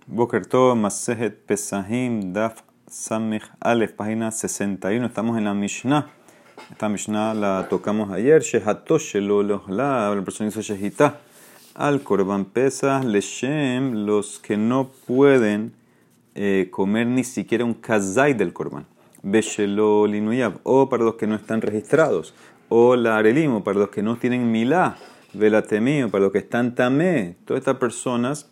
Boker Tov, Masejet Pesahim, Daf Samich Aleph, página 61. Estamos en la Mishnah. Esta Mishnah la tocamos ayer. Shehato Shelo Lohla, la persona hizo Shehita. Al Korban Pesach, Leshem, los que no pueden comer ni siquiera un kazai del Korban. Beshelo Linuyab, o para los que no están registrados. O la Arelim, o para los que no tienen milá. Velatemí, o para los que están tamé. Todas estas personas.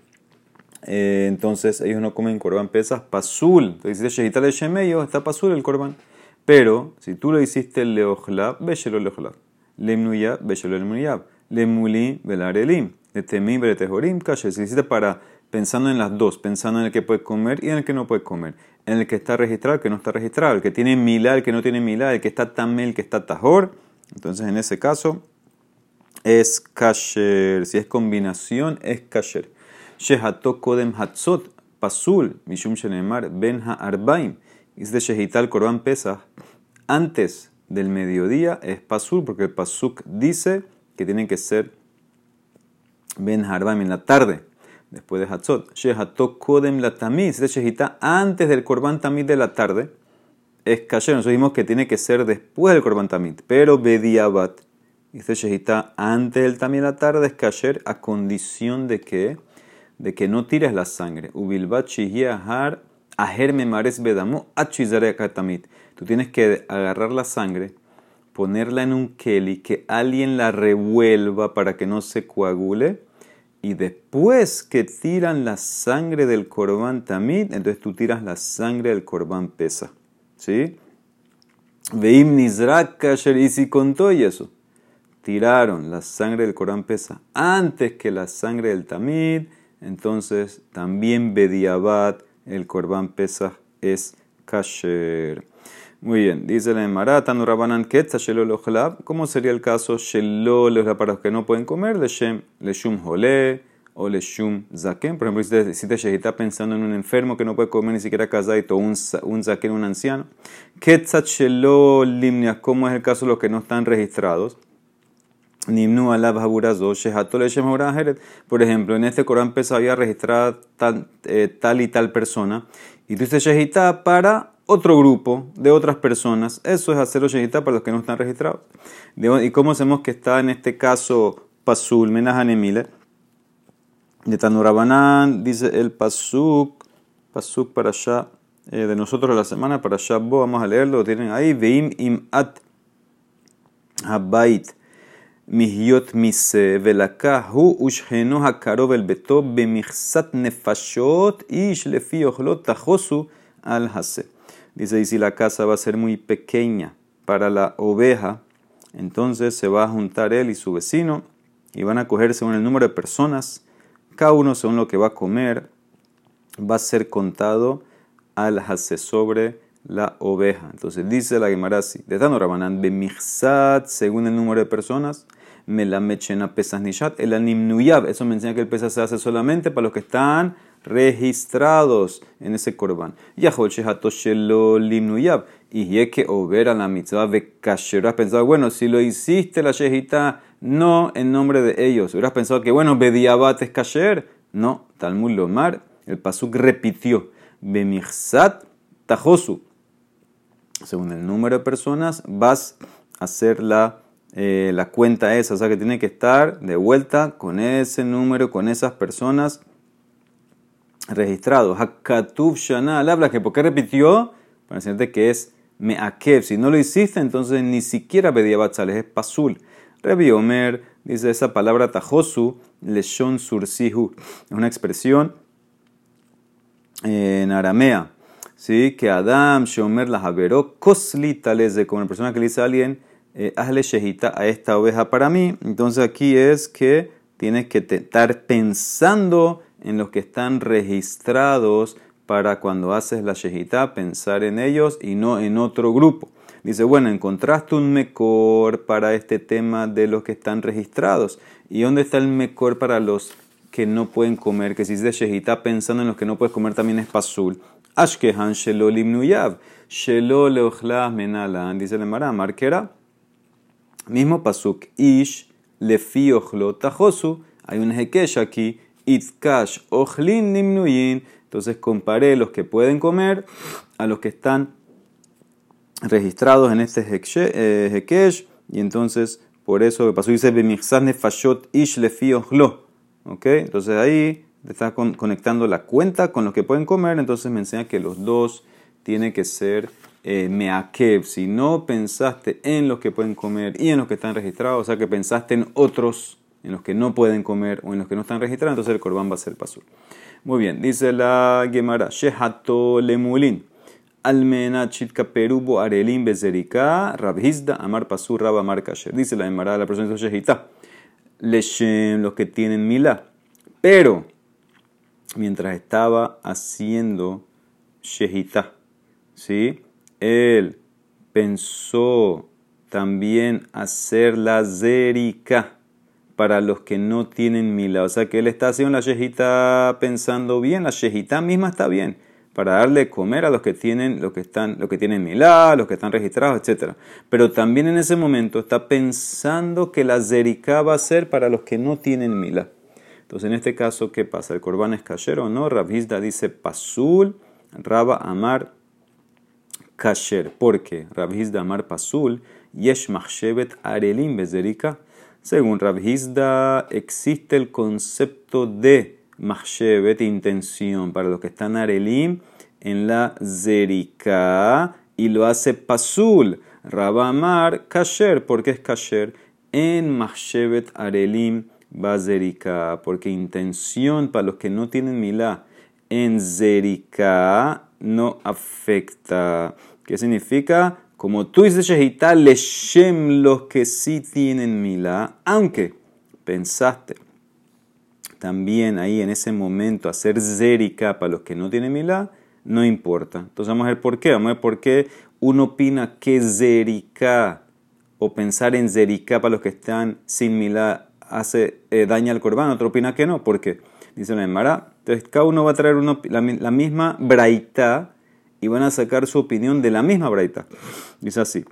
Entonces ellos no comen Korban Pesach pasul. Entonces dice Shehita le Shemeyo, está pasul el Korban. Pero si tú le hiciste el leojlab, beshelo leojlab. Lemnuyab, beshelo lemnuyab. Lemuli velarelim. Letemi veletejorim kasher. Si hiciste para pensando en las dos, pensando en el que puede comer y en el que no puede comer. En el que está registrado, el que no está registrado. El que tiene milá, el que no tiene milá. El que está tamé, el que está tajor. Entonces en ese caso es kasher. Si es combinación, es kasher. Shehato kodem hatzot pasul mishum shenemar ben ha'arbaim. Es de Shehita el Korban Pesach antes del mediodía es pasul porque el pasuk dice que tienen que ser ben ha'arbaim en la tarde después de hatzot. Shehato kodem la tamid es de Shehita antes del Korban tamid de la tarde es kasher. Nosotros dijimos que tiene que ser después del Korban tamid, pero bediabat es de Shehita antes del tamid de la tarde es kasher a condición de que no tires la sangre. Ubilbat shihiyahar aher memares bedamu achizare katamit. Tú tienes que agarrar la sangre, ponerla en un keli, que alguien la revuelva para que no se coagule, y después que tiran la sangre del Korban tamid, entonces tú tiras la sangre del Korban Pesach. ¿Sí? Veim nizrak kasher, y si contó y eso, tiraron la sangre del Korban Pesach antes que la sangre del tamid, entonces también bediabat el Korban Pesach es kasher. Muy bien, dice la Emara, Tanu Rabanan Ketza Shelo Lochlab. ¿Cómo sería el caso Shelo Lochlab para los que no pueden comer? Leshum Jolé o Leshum Zaken. Por ejemplo, si te Shehita pensando en un enfermo que no puede comer ni siquiera kazaito, un Zaken, un anciano. Ketza Shelo Limnia. ¿Cómo es el caso de los que no están registrados? Nimnu alab haburazo, shehato leshem haburajet. Por ejemplo, en este Korban Pesach había registrada tal y tal persona, y tú hiciste shehita para otro grupo de otras personas. Eso es hacerlo shehita para los que no están registrados. ¿Y cómo hacemos que está en este caso pasul menahanemile? De Tanurabanán dice el pasuk para allá de nosotros la semana para allá. Vamos a leerlo, lo tienen ahí. Veim imat habait. Mihyot mise velakahu ushheno hakarov el beto bemichsat nefashot ish lefi ochlot tajosu al hase. Dice, y si la casa va a ser muy pequeña para la oveja, entonces se va a juntar él y su vecino y van a coger según el número de personas, cada uno según lo que va a comer, va a ser contado al hase sobre la oveja. Entonces dice la Gemara así, de Tano Rabanan, bemichsat según el número de personas, me la mechena pesas nishat, el animnuyab. Eso me enseña que el pesas se hace solamente para los que están registrados en ese korban. Yahol shehato shelo limnuyab. Y es que obera la mitzvah de kasher. Has pensado, bueno, si lo hiciste la shehita, no en nombre de ellos. Hubieras pensado que, bueno, bediabat es kasher. No, Talmud Lomar, el pasuk repitió, bemichsat tajosu. Según el número de personas, vas a hacer la cuenta esa, o sea que tiene que estar de vuelta con ese número, con esas personas registrados. Hakatuv Shana, habla que ¿por qué repitió? Para decirte que es meakev. Si no lo hiciste, entonces ni siquiera pedía batzales, es pasul. Rebi Omer dice esa palabra tajosu, leshon sursihu, es una expresión en aramea. ¿Sí? Que Adam, Shomer, la Javeró, Kosli, tales de como la persona que le dice a alguien, hazle shehita a esta oveja para mí. Entonces aquí es que tienes que estar pensando en los que están registrados para cuando haces la shehita, pensar en ellos y no en otro grupo. Dice, bueno, encontraste un mekor para este tema de los que están registrados. ¿Y dónde está el mekor para los que no pueden comer? Que si es de shehita pensando en los que no puedes comer también es pasul. Ashkehan shelo limnuyab, shelo leochlah menalan, dice el Emara, marquera, mismo pasuk, ish lefi ochlo tajosu, hay un hekesh aquí, Itkash ochlin nimnuyin. Entonces comparé los que pueden comer a los que están registrados en este Hekesh. Y entonces, por eso que pasó, dice, B'michsat nefashot ish lefi ochlo. ¿Ok? Entonces ahí está conectando la cuenta con los que pueden comer. Entonces me enseña que los dos tienen que ser meakev. Si no pensaste en los que pueden comer y en los que están registrados, o sea que pensaste en otros, en los que no pueden comer o en los que no están registrados, entonces el corbán va a ser pasul. Muy bien, dice la Gemara, Shehato lemulin, almena chitka perubo arelim bezerika, rabhizda, amar pasur, rab amar kasher. Dice la Gemara, la persona dice Shehita, leshem, los que tienen milá. Pero, mientras estaba haciendo Shehita, ¿sí? Él pensó también hacer la zerika para los que no tienen milá. O sea que él está haciendo la shejita pensando bien, la shejita misma está bien, para darle comer a los que tienen, los que tienen milá, los que están registrados, etc. Pero también en ese momento está pensando que la zerika va a ser para los que no tienen milá. Entonces en este caso, ¿qué pasa? ¿El corbán es kasher o no? Rav Hizda dice pasul, Raba amar kasher. Porque Rav Hizda amar pasul, yesh machshevet arelim bezerika. Según Rav Hizda, existe el concepto de machshevet, intención, para los que están arelim en la zerika, y lo hace pasul. Raba amar kasher, porque es kasher en machshevet arelim bazerika, porque intención para los que no tienen milá en zerika no afecta. ¿Qué significa? Como tú dices shehita leshem, los que sí tienen milá, aunque pensaste también ahí en ese momento hacer zerika para los que no tienen milá, no importa. Entonces vamos a ver por qué. Vamos a ver por qué uno opina que zerika o pensar en zerika para los que están sin milá hace daña al corbán. Otro opina que no. ¿Por qué? Dice la Gemara. Entonces cada uno va a traer la misma braita y van a sacar su opinión de la misma braita. Dice así.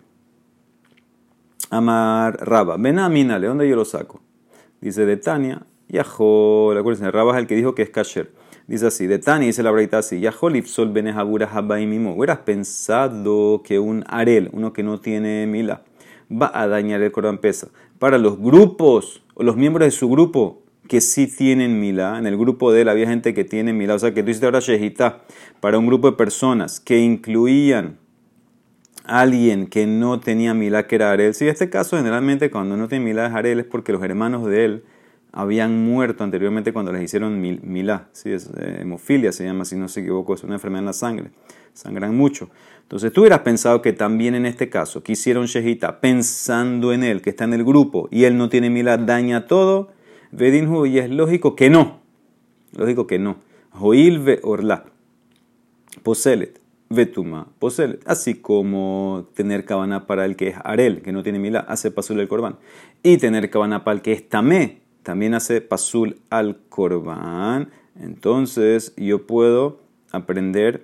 Amar Raba. Ven a Minale, ¿dónde yo lo saco? Dice de Tania. Yahol. Acuérdense, Raba es el que dijo que es kasher. Dice así. De Tania dice la braita así. Yahol ifsol benehabura habaimimo. Hubieras pensado que un arel, uno que no tiene milá, va a dañar el Corban Pesa para los grupos o los miembros de su grupo que sí tienen milá. En el grupo de él había gente que tiene milá. O sea que tú hiciste ahora shehita para un grupo de personas que incluían a alguien que no tenía milá, que era harel. Sí, en este caso generalmente cuando no tiene milá es harel es porque los hermanos de él habían muerto anteriormente cuando les hicieron milá. Sí, es hemofilia se llama, si no se equivoco, es una enfermedad en la sangre. Sangran mucho. Entonces tú hubieras pensado que también en este caso que hicieron shehita pensando en él, que está en el grupo y él no tiene milá, daña todo. Vedinhu, y es lógico que no. Lógico que no. Joil ve orla. Poselet. Vetuma. Poselet. Así como tener cabana para el que es arel, que no tiene milá, hace pasul al corbán. Y tener cabana para el que es tamé, también hace pasul al corbán. Entonces yo puedo aprender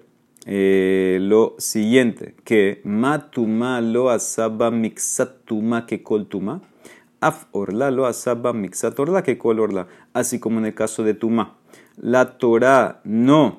lo siguiente, que matuma lo asaba mixatuma que coltuma, af orla lo asaba mixat orla que col orla, así como en el caso de tuma. La Torah no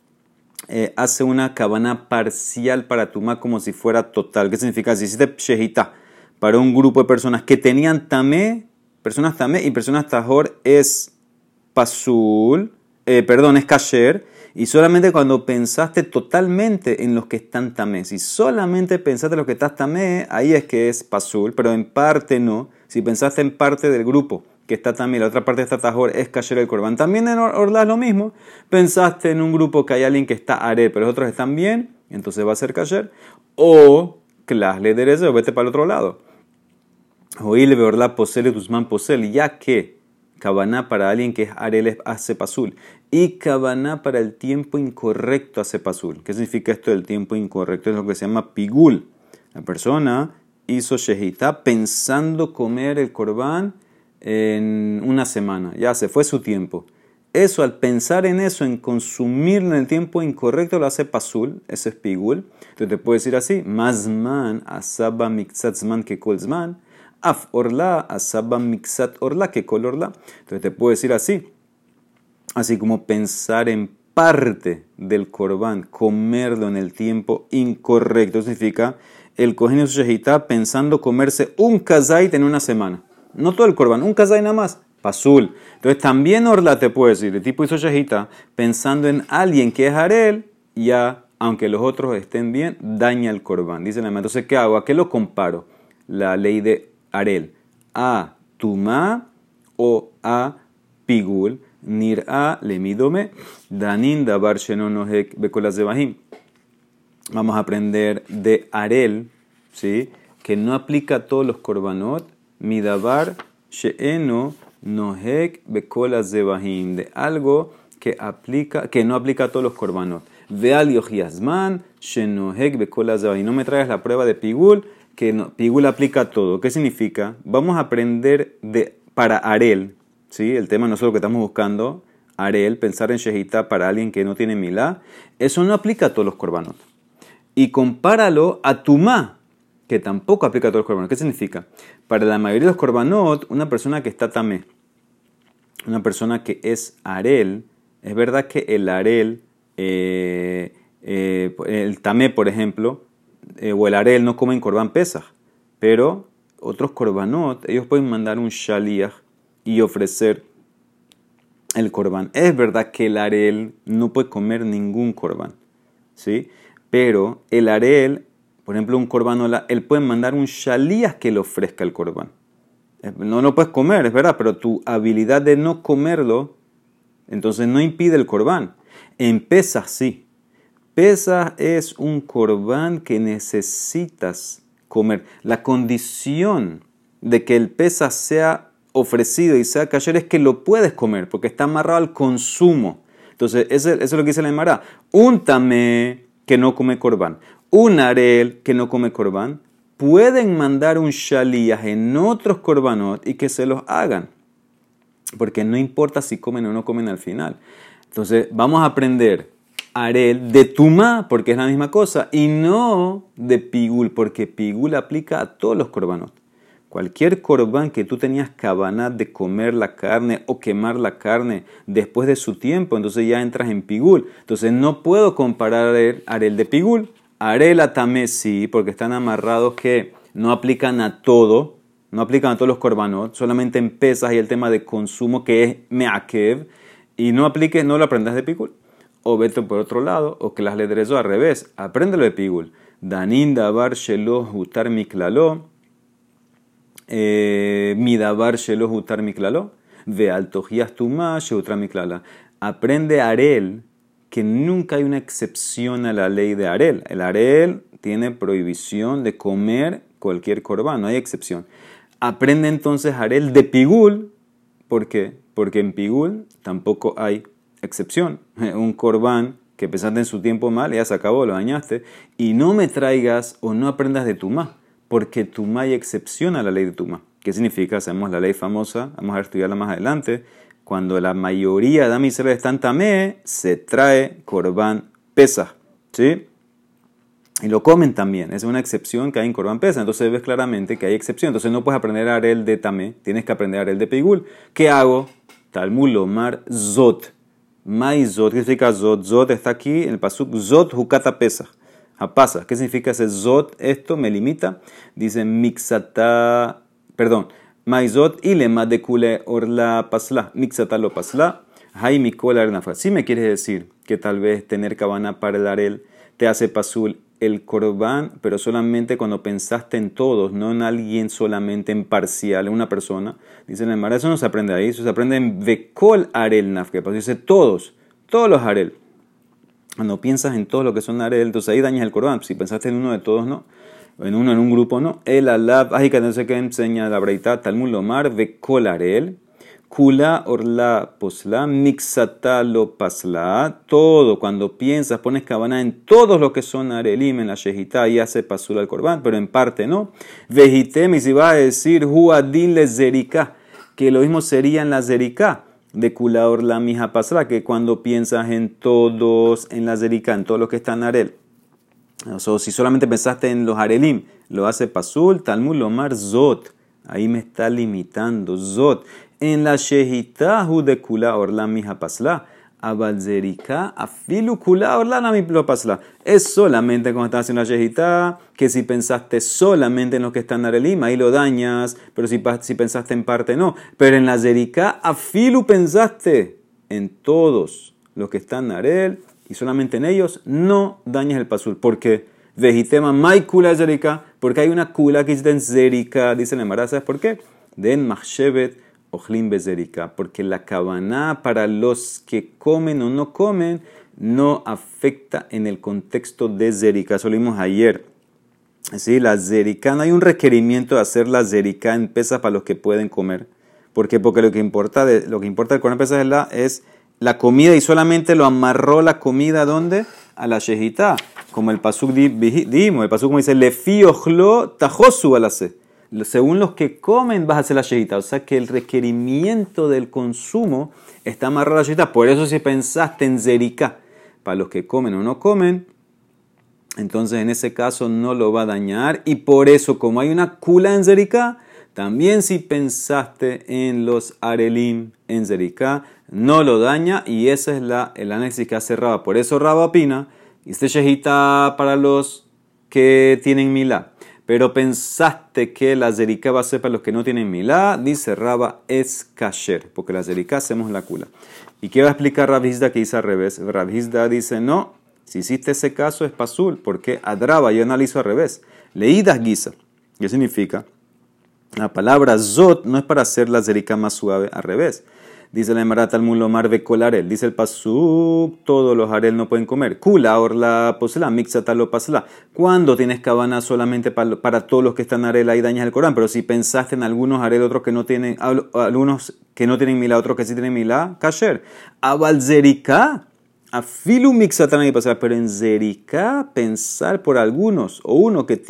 hace una cabana parcial para tuma como si fuera total. ¿Qué significa? Si hiciste shehita para un grupo de personas que tenían tamé, personas tamé y personas tajor, es pasul, es kasher. Y solamente cuando pensaste totalmente en los que están tamé, si solamente pensaste en los que estás tamé, ahí es que es pasul, pero en parte no. Si pensaste en parte del grupo que está tamé, la otra parte está tajor, es kasher el corbán. También en orla es lo mismo. Pensaste en un grupo que hay alguien que está are, pero los otros están bien, entonces va a ser kasher. O klas le derece o vete para el otro lado. Oíle ve orla posel y tusman posel, ya que Kabaná para alguien que es arel hace pasul. Y Kabaná para el tiempo incorrecto hace pasul. ¿Qué significa esto del tiempo incorrecto? Es lo que se llama pigul. La persona hizo shehita pensando comer el corbán en una semana. Ya se fue su tiempo. Eso, al pensar en eso, en consumirlo en el tiempo incorrecto, lo hace pasul. Eso es pigul. Entonces te puedo decir así. Mazman asaba mikzatzman que kolzman. Af orla asaba mixat orla que kol orla. Entonces te puedo decir así. así como pensar en parte del corbán, comerlo en el tiempo incorrecto. Eso significa el cohen y su shehita pensando comerse un kazait en una semana. No todo el corbán, un kazait nada más. Pasul. Entonces también orla te puede decir, el tipo hizo shehita pensando en alguien que es harel, ya, aunque los otros estén bien, daña el corbán. Dice la. Entonces, ¿qué hago? ¿A qué lo comparo? La ley de harel. ¿A tumá o a pigul? Nir'a lemidome, danin dabar shenonohek bekolas zebahim. Vamos a aprender de harel, ¿sí? Que no aplica a todos los korbanot, midabar sheeno nohek bekolas zebahim, de algo que no aplica a todos los korbanot. Veal yochiasman shenohek bekolas zebahim. No me traigas la prueba de pigul, que no, pigul aplica a todo. ¿Qué significa? Vamos a aprender para harel. ¿Sí? El tema no es lo que estamos buscando, harel, pensar en shehita para alguien que no tiene milá, eso no aplica a todos los korbanot. Y compáralo a tumá, que tampoco aplica a todos los korbanot. ¿Qué significa? Para la mayoría de los korbanot, una persona que está tamé, una persona que es harel, es verdad que el harel, el tamé, por ejemplo, o el harel no comen korban pesaj, pero otros korbanot, ellos pueden mandar un shaliach y ofrecer el corbán. Es verdad que el harel no puede comer ningún corbán, ¿sí? Pero el harel, por ejemplo, un corbán, él puede mandar un shaliach que le ofrezca el corbán. No lo puedes comer, es verdad, pero tu habilidad de no comerlo, entonces no impide el corbán. En Pesaj sí. Pesaj es un corbán que necesitas comer. La condición de que el Pesaj sea ofrecido y sea kasher es que lo puedes comer, porque está amarrado al consumo. Entonces, eso es lo que dice la Gemara. Un tamé que no come corbán, un harel que no come corbán, pueden mandar un shaliach en otros korbanot y que se los hagan. Porque no importa si comen o no comen al final. Entonces, vamos a aprender harel de tumá, porque es la misma cosa, y no de pigul, porque pigul aplica a todos los korbanot. Cualquier corbán que tú tenías kavanah de comer la carne o quemar la carne después de su tiempo, entonces ya entras en pigul. Entonces no puedo comparar harel de pigul. Harel a tamé sí, porque están amarrados que no aplican a todo, no aplican a todos los korbanot, solamente en pesas y el tema de consumo que es meakev, y no lo aprendas de pigul. O vete por otro lado, o que las ledres al revés, apréndelo de pigul. Danin davar shelo hutar miklalo. Midabar shelo hutar miklalo, ve altojias tuma shehutra miklala. Aprende harel que nunca hay una excepción a la ley de harel. El harel tiene prohibición de comer cualquier corbán, no hay excepción. Aprende entonces harel de pigul, ¿por qué? Porque en pigul tampoco hay excepción. Un corbán que pensaste en su tiempo mal, ya se acabó, lo dañaste, y no me traigas o no aprendas de tumá. Porque tumá hay excepción a la ley de tumá. ¿Qué significa? Hacemos la ley famosa, vamos a estudiarla más adelante. Cuando la mayoría de Am Yisrael están tamé, se trae corbán pesaj, ¿sí? Y lo comen también. Es una excepción que hay en corbán pesaj. Entonces ves claramente que hay excepción. Entonces no puedes aprender harel de tamé, tienes que aprender harel de pigul. ¿Qué hago? Talmud lomar zot. Mai zot. ¿Qué significa zot? Zot está aquí en el pasuk zot hukata pesaj. Apasa. ¿Qué significa ese zot? Esto me limita. Dice mixata, perdón, maizot y lema de kule orla pasla. Mixata lo pasla. Hay mi cola arnafa. Si me quieres decir que tal vez tener cabana para el harel te hace pasul el corbán, pero solamente cuando pensaste en todos, no en alguien solamente en parcial, en una persona. Dice el Emara, eso no se aprende ahí, eso se aprende en vekol harel nafke. Pues dice todos los harel. Cuando piensas en todo lo que son harel, entonces ahí dañas el corbán. Si pensaste en uno de todos, no. En un grupo, no. El alab, ay, que no sé qué enseña la breita, Talmud lomar, vekol harel, kula orla posla, mixata lo pasla. Todo, cuando piensas, pones cabana en todos los que son harelim, en la shehita, y hace pasul al corbán, pero en parte no. Vejitem, y si vas a decir, huadin le zerika, que lo mismo sería en la zerika. De kula orla mija pasla, que cuando piensas en todos, en la zerika, en todos los que están harel. O sea, si solamente pensaste en los harelim, lo hace pasul, Talmud lomar zot. Ahí me está limitando. Zot. En la shehita hu de kula orla mija pasla. Abal zerika afilu kula orla nami lo pasla. Es solamente cuando estás haciendo la shehita, que si pensaste solamente en los que están arelim, ahí lo dañas, pero si pensaste en parte no. Pero en la zerika afilu pensaste en todos los que están arel y solamente en ellos no dañas el pasul. ¿Por qué? Vejitema mai kula zerika, porque hay una kula que está en zerika, dice la Emara, ¿sabes por qué? Den machshevet ojlim bezerika, porque la kavaná para los que comen o no comen no afecta en el contexto de zerika. Eso lo vimos ayer. ¿Sí? La zerika, no hay un requerimiento de hacer la zerika en pesas para los que pueden comer. ¿Por qué? Porque lo que importa del Corban pesas es la comida y solamente lo amarró la comida ¿dónde? A la shehita. Como el pasuk dimos, el pasuk como dice, lefi ojlo tajosu alase. Según los que comen vas a hacer la shehita. O sea que el requerimiento del consumo está amarrado a la shehita. Por eso si pensaste en zerika, para los que comen o no comen, entonces en ese caso no lo va a dañar. Y por eso como hay una kula en zerika, también si pensaste en los arelim en zerika, no lo daña. Y ese es el análisis que hace Raba. Por eso Raba opina, hice shehita para los que tienen milá. Pero pensaste que la zerika va a ser para los que no tienen milá, dice Raba, es kasher, porque la zerika hacemos la kula. Y quiero explicar Rav Hizda que dice al revés. Rav Hizda dice, no, si hiciste ese caso es pasul, porque adraba, yo analizo al revés. Leídas guisa. ¿Qué significa? La palabra zot no es para hacer la zerika más suave, al revés. Dice la Emara Talmud Lomar Bekol Arel. Dice el pasuk, todos los arel no pueden comer. Kula orla posla, mixata lo pasla. ¿Cuándo tienes cabana solamente para todos los que están arel ahí dañas el Corán? Pero si pensaste en algunos arel, otros que no tienen, algunos que no tienen milá, otros que sí tienen milá, kasher. Abal zerika, afilu mixata no pasla. Pero en zerika, pensar por algunos, o uno que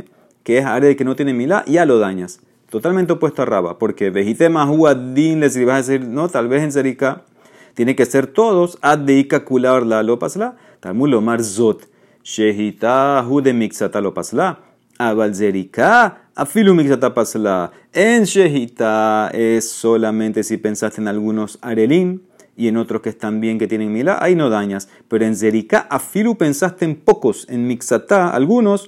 es arel que no tiene milá, ya lo dañas. Totalmente opuesto a Raba, porque vejitema huadin les vas a decir, no, tal vez en zerika tiene que ser todos, addeika kula orla lo pasla, talmud lomar zot, shehita hu de mixata lo pasla, abal zerika afilu mixata pasla, en shehita es solamente si pensaste en algunos arelim y en otros que están bien que tienen milá, ahí no dañas, pero en zerika afilu pensaste en pocos, en mixata algunos,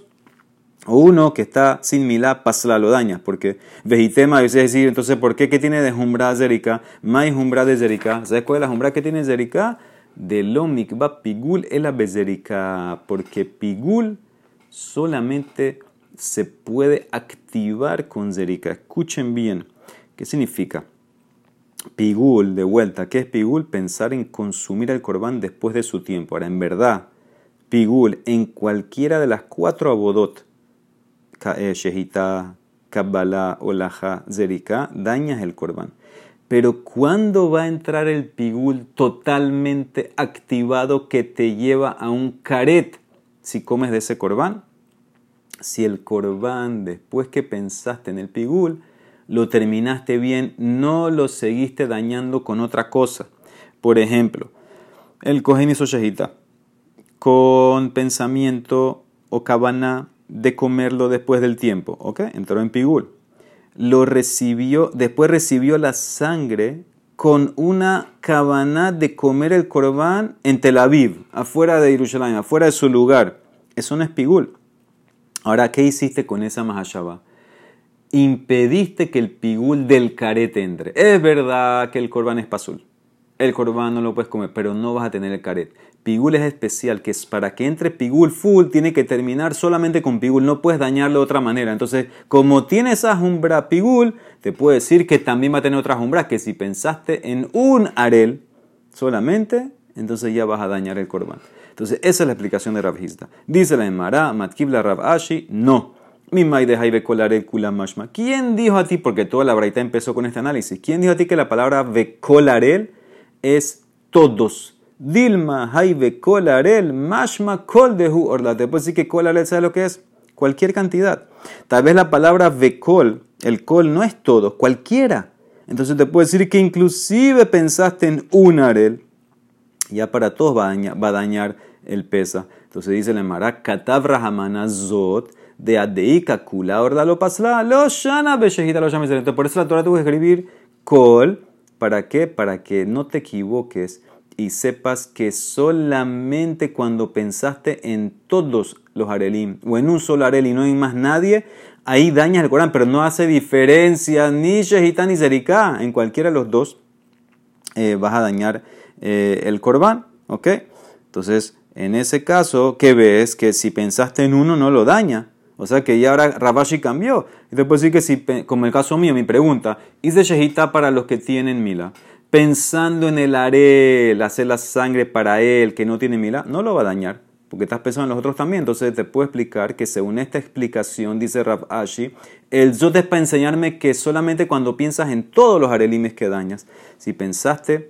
o uno que está sin milá, pasla, lo daña, porque vejitema, es decir, entonces, ¿por qué? ¿Qué tiene de jumbra zerika? Más jumbra de zerika. ¿Sabes cuál es la jumbra que tiene zerika? De lo mikba pigul el bezerika, porque pigul solamente se puede activar con zerika. Escuchen bien, ¿qué significa? Pigul, de vuelta, ¿qué es pigul? Pensar en consumir el corbán después de su tiempo. Ahora, en verdad, pigul en cualquiera de las 4 abodot, shehita, kabbalah, olaja, zerika, dañas el corbán. Pero ¿cuándo va a entrar el pigul totalmente activado que te lleva a un karet si comes de ese corbán? Si el corbán, después que pensaste en el pigul, lo terminaste bien, no lo seguiste dañando con otra cosa. Por ejemplo, el kohen hizo shehita con pensamiento o kavaná de comerlo después del tiempo, ¿ok? Entró en pigul. Lo recibió, después recibió la sangre con una kavaná de comer el corbán en Tel Aviv, afuera de Jerusalén, afuera de su lugar. Eso no es pigul. Ahora, ¿qué hiciste con esa mahashaba? Impediste que el pigul del karet entre. Es verdad que el corbán es pasul. El corbán no lo puedes comer, pero no vas a tener el karet. Pigul es especial, que es para que entre pigul full, tiene que terminar solamente con pigul, no puedes dañarlo de otra manera. Entonces, como tiene esa jumbra pigul, te puedo decir que también va a tener otra jumbra, que si pensaste en un arel solamente, entonces ya vas a dañar el corbán. Entonces, esa es la explicación de Rav Hizda. Dice la Emara, Matkibla Rav Ashi, no. Mimai de Jaibe Kolarel Kulam Mashma. ¿Quién dijo a ti, porque toda la braita empezó con este análisis, quién dijo a ti que la palabra Vekolarel es todos? Dilma, Jaibe, Kolarel, Mashma, Kol dehu orla. Te puedo decir que Kolarel, ¿sabes lo que es? Cualquier cantidad. Tal vez la palabra Vekol, el Kol no es todo, cualquiera. Entonces te puedo decir que inclusive pensaste en un arel, ya para todos va a dañar el pesa. Entonces dice la Emara, Katav Rahamana Zot, de Adeika Kula orla lo pasla, lo shana beshehita lo llames. Por eso la Torah tuvo que escribir Col, ¿para qué? Para que no te equivoques y sepas que solamente cuando pensaste en todos los arelim o en un solo arel y no en más nadie, ahí dañas el Corán, pero no hace diferencia ni shehita ni zeriká. En cualquiera de los dos vas a dañar el Corban, ¿ok? Entonces, en ese caso, ¿qué ves? Que si pensaste en uno no lo daña. O sea que ya ahora Rav Ashi cambió. Y te puedo decir que si, como el caso mío, mi pregunta, hice shehita para los que tienen mila, pensando en el arel, hacer la sangre para él que no tiene mila, no lo va a dañar, porque estás pensando en los otros también. Entonces te puedo explicar que según esta explicación, dice Rav Ashi, el zot es para enseñarme que solamente cuando piensas en todos los arelimes que dañas. Si pensaste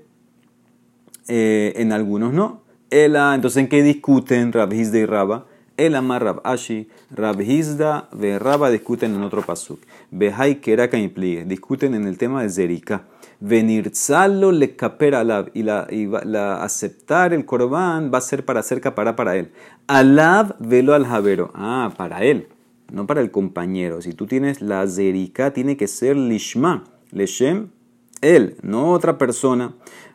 en algunos no. Entonces, ¿en qué discuten Rav Hizda y Raba? El amar Rav Ashi, Rav Hizda ve Raba discuten en otro pasuk. Behai keraka implique, discuten en el tema de Zerika. Venirzalo le capera alab, y la aceptar el korban va a ser para hacer capará para él. Alab velo al javero, para él, no para el compañero. Si tú tienes la Zerika, tiene que ser lishma, leshem, él, no otra persona.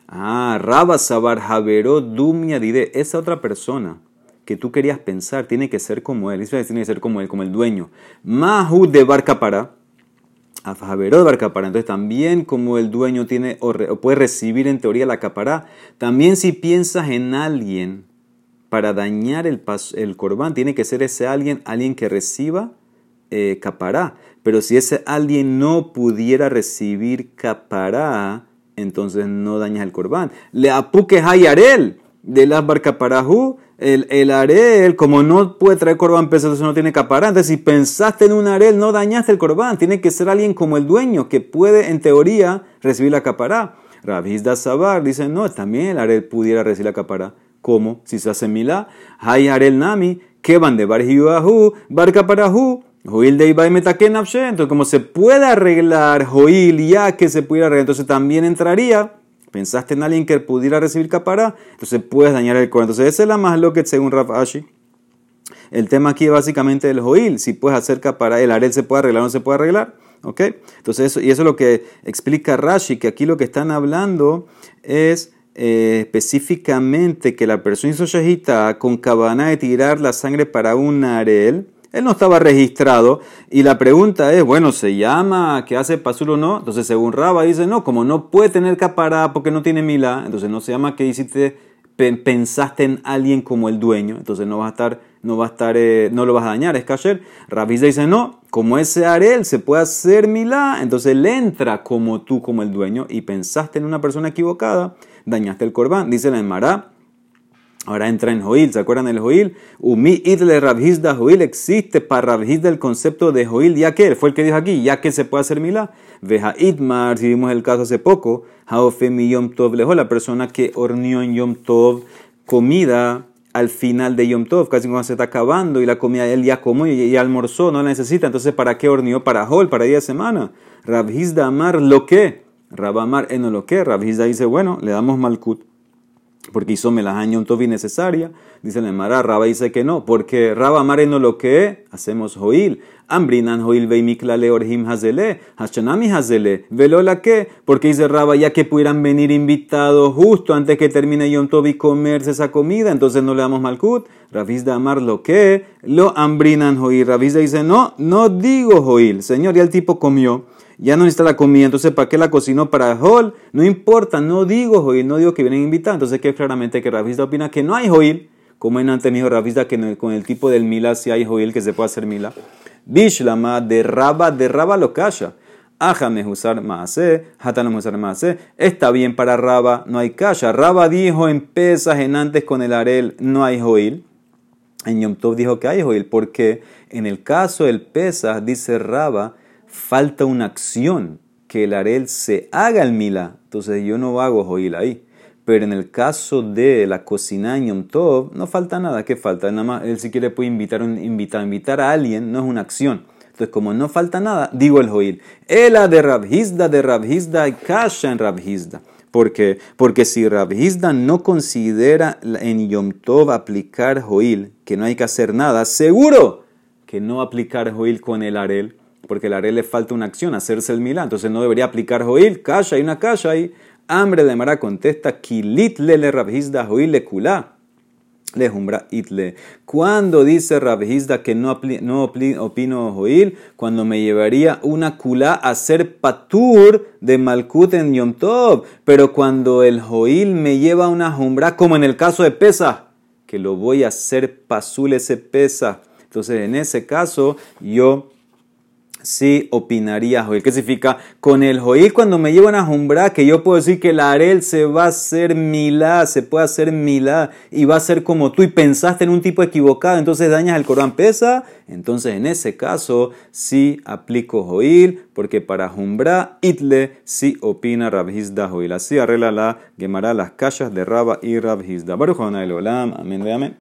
Raba sabar javero dumia dide, esa otra persona que tú querías pensar tiene que ser como él, tiene que ser como él, como el dueño. Mahu de bar capará, Javero de bar capará. Entonces también como el dueño tiene o puede recibir en teoría la capará, también si piensas en alguien para dañar el corbán, tiene que ser ese alguien que reciba capará. Pero si ese alguien no pudiera recibir capará, entonces no dañas el corbán. Le apuque hayarel de las bar caparajú. El arel, como no puede traer corbán peso, entonces no tiene capará. Entonces, si pensaste en un arel, no dañaste el corbán. Tiene que ser alguien como el dueño, que puede, en teoría, recibir la capará. Rav Hizda Sabar dice, no, también el arel pudiera recibir la capará. ¿Cómo? Si se hace milá, hay arel nami, que van de bar hiuajú, bar caparajú, joil de ibai metaken nafshe. Entonces, como se puede arreglar joil, ya que se pudiera arreglar, entonces también entraría. Pensaste en alguien que pudiera recibir capará, entonces puedes dañar el Corán. Entonces esa es la más loca según Rav Ashi. El tema aquí es básicamente el joil, si puedes hacer capará, el arel se puede arreglar o no se puede arreglar. ¿Ok? Entonces eso es lo que explica Rashi, que aquí lo que están hablando es específicamente que la persona hizo shehita con cabana de tirar la sangre para un arel. Él no estaba registrado y la pregunta es, bueno, ¿se llama que hace pasul o no? Entonces, según Raba dice, no, como no puede tener capará porque no tiene milá, entonces no se llama que hiciste, pensaste en alguien como el dueño, entonces no lo vas a dañar, es kasher. Rabbi dice, no, como ese arel se puede hacer milá, entonces le entra como tú, como el dueño, y pensaste en una persona equivocada, dañaste el corbán. Dice la Emara. Ahora entra en Joil, ¿se acuerdan del Joil? Umi idle Rav Hizda Joil, existe para Rav Hizda el concepto de Joil, ya que él fue el que dijo aquí, ya que se puede hacer milá. Veja Itmar, si vimos el caso hace poco, Haofemi Yom Tov lejó, la persona que horneó en Yom Tov comida al final de Yom Tov, casi cuando se está acabando y la comida él ya comió y almorzó, no la necesita, entonces ¿para qué horneó? Para Jol, para día de semana. Rav Hizda Amar lo que, Rab Amar eno lo que, Rav Hizda dice, bueno, le damos malkut, porque hizo melajá en Yom Tov innecesaria. Dice la Emara, Raba dice que no, porque Raba Amar no lo que hacemos joil. Ambrinan joil veimikla leorhim hazele, hachanami hazele, velo la que, porque dice Raba, ya que pudieran venir invitados justo antes que termine Yom Tov y comerse esa comida, entonces no le damos malkut. Rav Hizda Amar lo que, lo ambrinan joil. Rav Hizda dice, no digo joil, señor, ya el tipo comió. Ya no necesita la comida, entonces ¿para qué la cocinó para Jol? No importa, no digo Joil, no digo que vienen invitados. Entonces que claramente que Rav Hizda opina que no hay Joil, como en antes dijo Rav Hizda que con el tipo del Milá sí hay Joil, que se puede hacer Milá. Bishlama de Raba lo calla. Aja mejusar maase, hata no mejusar maase. Está bien para Raba, no hay calla. Raba dijo en Pesas, en antes con el Arel, no hay Joil. En Yom Tov dijo que hay Joil, porque en el caso del Pesas, dice Raba, falta una acción, que el arel se haga el milá. Entonces yo no hago joil ahí. Pero en el caso de la cocina en Yom Tov, no falta nada. ¿Qué falta? Nada más, él si quiere puede invitar a alguien, no es una acción. Entonces como no falta nada, digo el joil. Ela de Rav Hizda y kasha en Rav Hizda. ¿Por qué? Porque si Rav Hizda no considera en Yom Tov aplicar joil, que no hay que hacer nada, seguro que no aplicar joil con el arel. porque al arel le falta una acción, hacerse el milá, entonces no debería aplicar joil, kasha, hay una kasha ahí. Hambre de Mara contesta, kilit le Rav Hizda joil le kulá. Le jumbra itle. Cuando dice Rav Hizda que no opino joil, cuando me llevaría una kulá a ser patur de malkut en Yom Tov, pero cuando el joil me lleva una jumbra, como en el caso de Pesa, que lo voy a hacer pasul ese Pesa, entonces en ese caso yo sí opinaría joil. ¿Qué significa? Con el joil, cuando me llevan a jumbra, que yo puedo decir que el arel se va a hacer milá, se puede hacer milá, y va a ser como tú, y pensaste en un tipo equivocado, entonces dañas el Corán Pesa, entonces en ese caso sí aplico joil, porque para jumbra, itle, sí opina Rav Hizda joil. Así arregla la Gemara las calles de Raba y Rav Hizda. Baruch Adonai Leolam. Amén, amén.